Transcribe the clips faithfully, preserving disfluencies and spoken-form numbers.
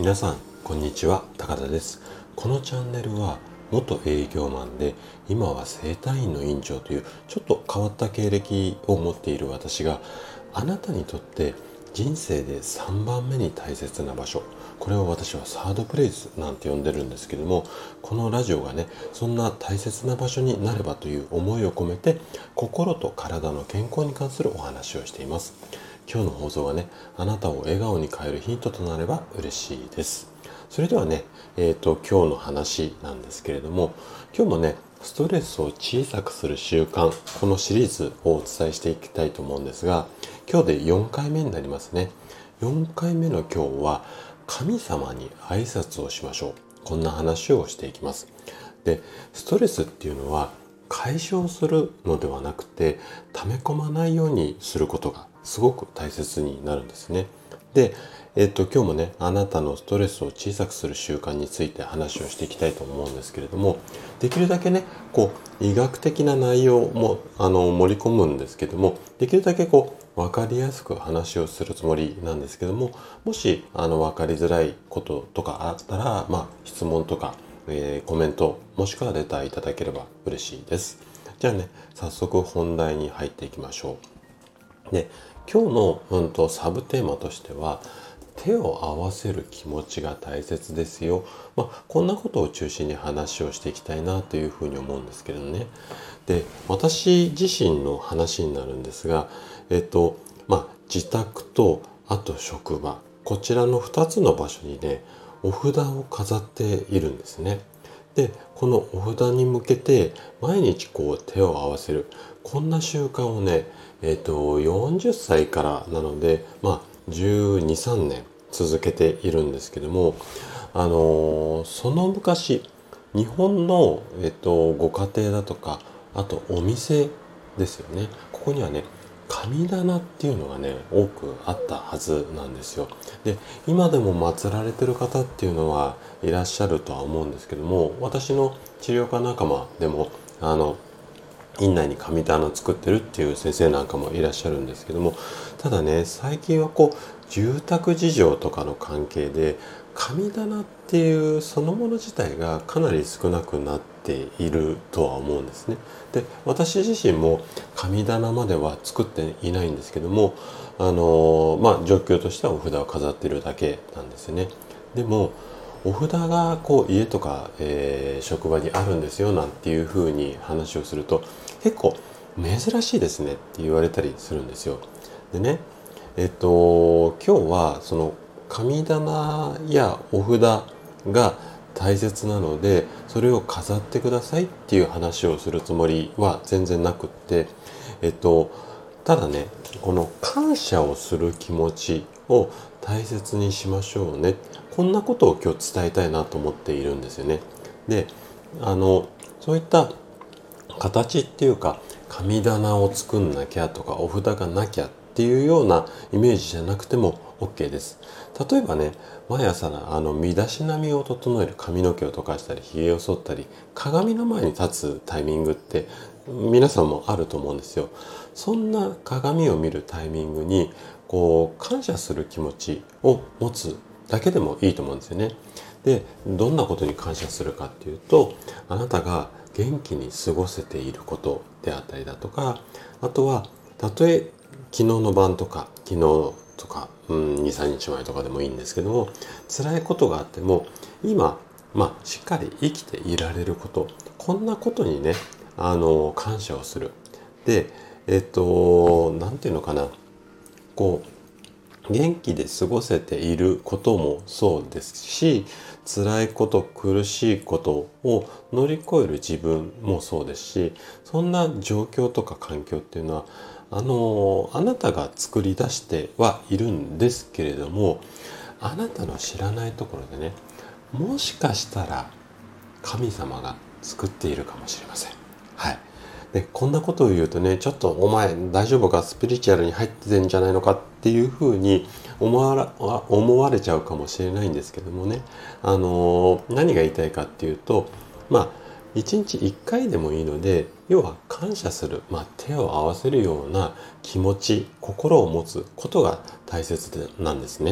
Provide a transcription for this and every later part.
皆さんこんにちは、高田です。このチャンネルは元営業マンで今は整体院の院長というちょっと変わった経歴を持っている私が、あなたにとって人生でさんばんめに大切な場所、これを私はサードプレイスなんて呼んでるんですけども、このラジオがね、そんな大切な場所になればという思いを込めて、心と体の健康に関するお話をしています。今日の放送がね、あなたを笑顔に変えるヒントとなれば嬉しいです。それではね、えーと、今日の話なんですけれども、今日もね、ストレスを小さくする習慣、このシリーズをお伝えしていきたいと思うんですが、今日でよんかいめになりますね。よんかいめの今日は、神様に挨拶をしましょう。こんな話をしていきます。で、ストレスっていうのは解消するのではなくて、溜め込まないようにすることがすごく大切になるんですね。で、えっと、今日もね、あなたのストレスを小さくする習慣について話をしていきたいと思うんですけれども、できるだけね、こう、医学的な内容も、あの、盛り込むんですけども、できるだけこう、わかりやすく話をするつもりなんですけども、もし、あの、わかりづらいこととかあったら、まあ、質問とか、えー、コメント、もしくはレターいただければ嬉しいです。じゃあね、早速本題に入っていきましょう。で、今日の、うんと、サブテーマとしては、手を合わせる気持ちが大切ですよ。まあ、こんなことを中心に話をしていきたいなというふうに思うんですけれどね。で、私自身の話になるんですが、えっと、まあ、自宅と、あと職場、こちらのふたつの場所にね、お札を飾っているんですね。で、このお札に向けて毎日こう手を合わせる。こんな習慣をね、えっと、よんじゅっさいからなので、まあ、じゅうに、さんねん続けているんですけども、あのーその昔、日本の、えっと、ご家庭だとか、あとお店ですよね。ここにはね、神棚っていうのがね、多くあったはずなんですよ。で、今でも祀られてる方っていうのはいらっしゃるとは思うんですけども、私の治療科仲間でも、あの、院内に神棚を作ってるっていう先生なんかもいらっしゃるんですけども、ただね、最近はこう住宅事情とかの関係で神棚っていうそのもの自体がかなり少なくなっているとは思うんですね。で、私自身も神棚までは作っていないんですけども、あのまあ状況としてはお札を飾っているだけなんですね。でもお札がこう家とか、えー職場にあるんですよなんていうふうに話をすると、結構珍しいですねって言われたりするんですよ。でね、えっと今日はその神棚やお札が大切なので、それを飾ってくださいっていう話をするつもりは全然なくって、えっとただね、この感謝をする気持ちを大切にしましょうね。こんなことを今日伝えたいなと思っているんですよね。で、あの、そういった形っていうか、神棚を作んなきゃとか、お札がなきゃっていうようなイメージじゃなくても OK です。例えばね、毎朝あの身だしなみを整える、髪の毛を溶かしたり、髭を剃ったり、鏡の前に立つタイミングって皆さんもあると思うんですよ。そんな鏡を見るタイミングに、こう、感謝する気持ちを持つだけでもいいと思うんですよね。で、どんなことに感謝するかっていうと、あなたが元気に過ごせていることであったりだとか、あとは、たとえ昨日の晩とか、昨日とか、うん、に、さんにちまえとかでもいいんですけども、辛いことがあっても、今、まあ、しっかり生きていられること、こんなことにね、あの、感謝をする。で、えっと、なんていうのかな、こう、元気で過ごせていることもそうですし、辛いこと、苦しいことを乗り越える自分もそうですし、そんな状況とか環境っていうのは、あの、あなたが作り出してはいるんですけれども、あなたの知らないところでね、もしかしたら神様が作っているかもしれません。はい。で、こんなことを言うとね、ちょっとお前大丈夫か、スピリチュアルに入ってんじゃないのかっていうふうに思わら思われちゃうかもしれないんですけどもね、あのー何が言いたいかっていうと、まあいちにちいっかいでもいいので、要は感謝する、まあ、手を合わせるような気持ち、心を持つことが大切なんですね。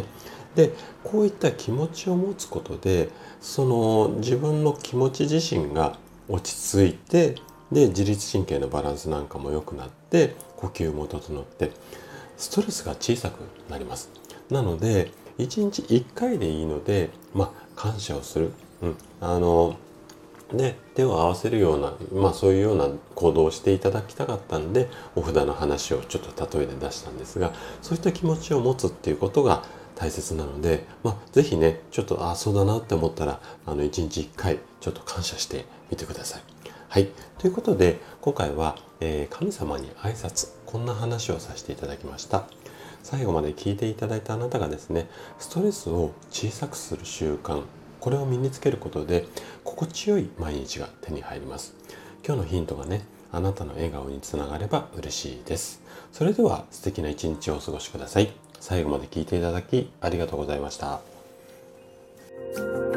で、こういった気持ちを持つことで、その自分の気持ち自身が落ち着いて、で、自律神経のバランスなんかも良くなって、呼吸も整って、ストレスが小さくなります。なので、いちにちいっかいでいいので、まあ、感謝をする。うん。あの、で、手を合わせるような、まあそういうような行動をしていただきたかったんで、お札の話をちょっと例えで出したんですが、そういった気持ちを持つっていうことが大切なので、まあぜひね、ちょっと、あ、そうだなって思ったら、あの、いちにちいっかい、ちょっと感謝してみてください。はい。ということで、今回は、えー神様に挨拶、こんな話をさせていただきました。最後まで聞いていただいたあなたがですね、ストレスを小さくする習慣、これを身につけることで、心地よい毎日が手に入ります。今日のヒントがね、あなたの笑顔につながれば嬉しいです。それでは素敵な一日をお過ごしください。最後まで聞いていただきありがとうございました。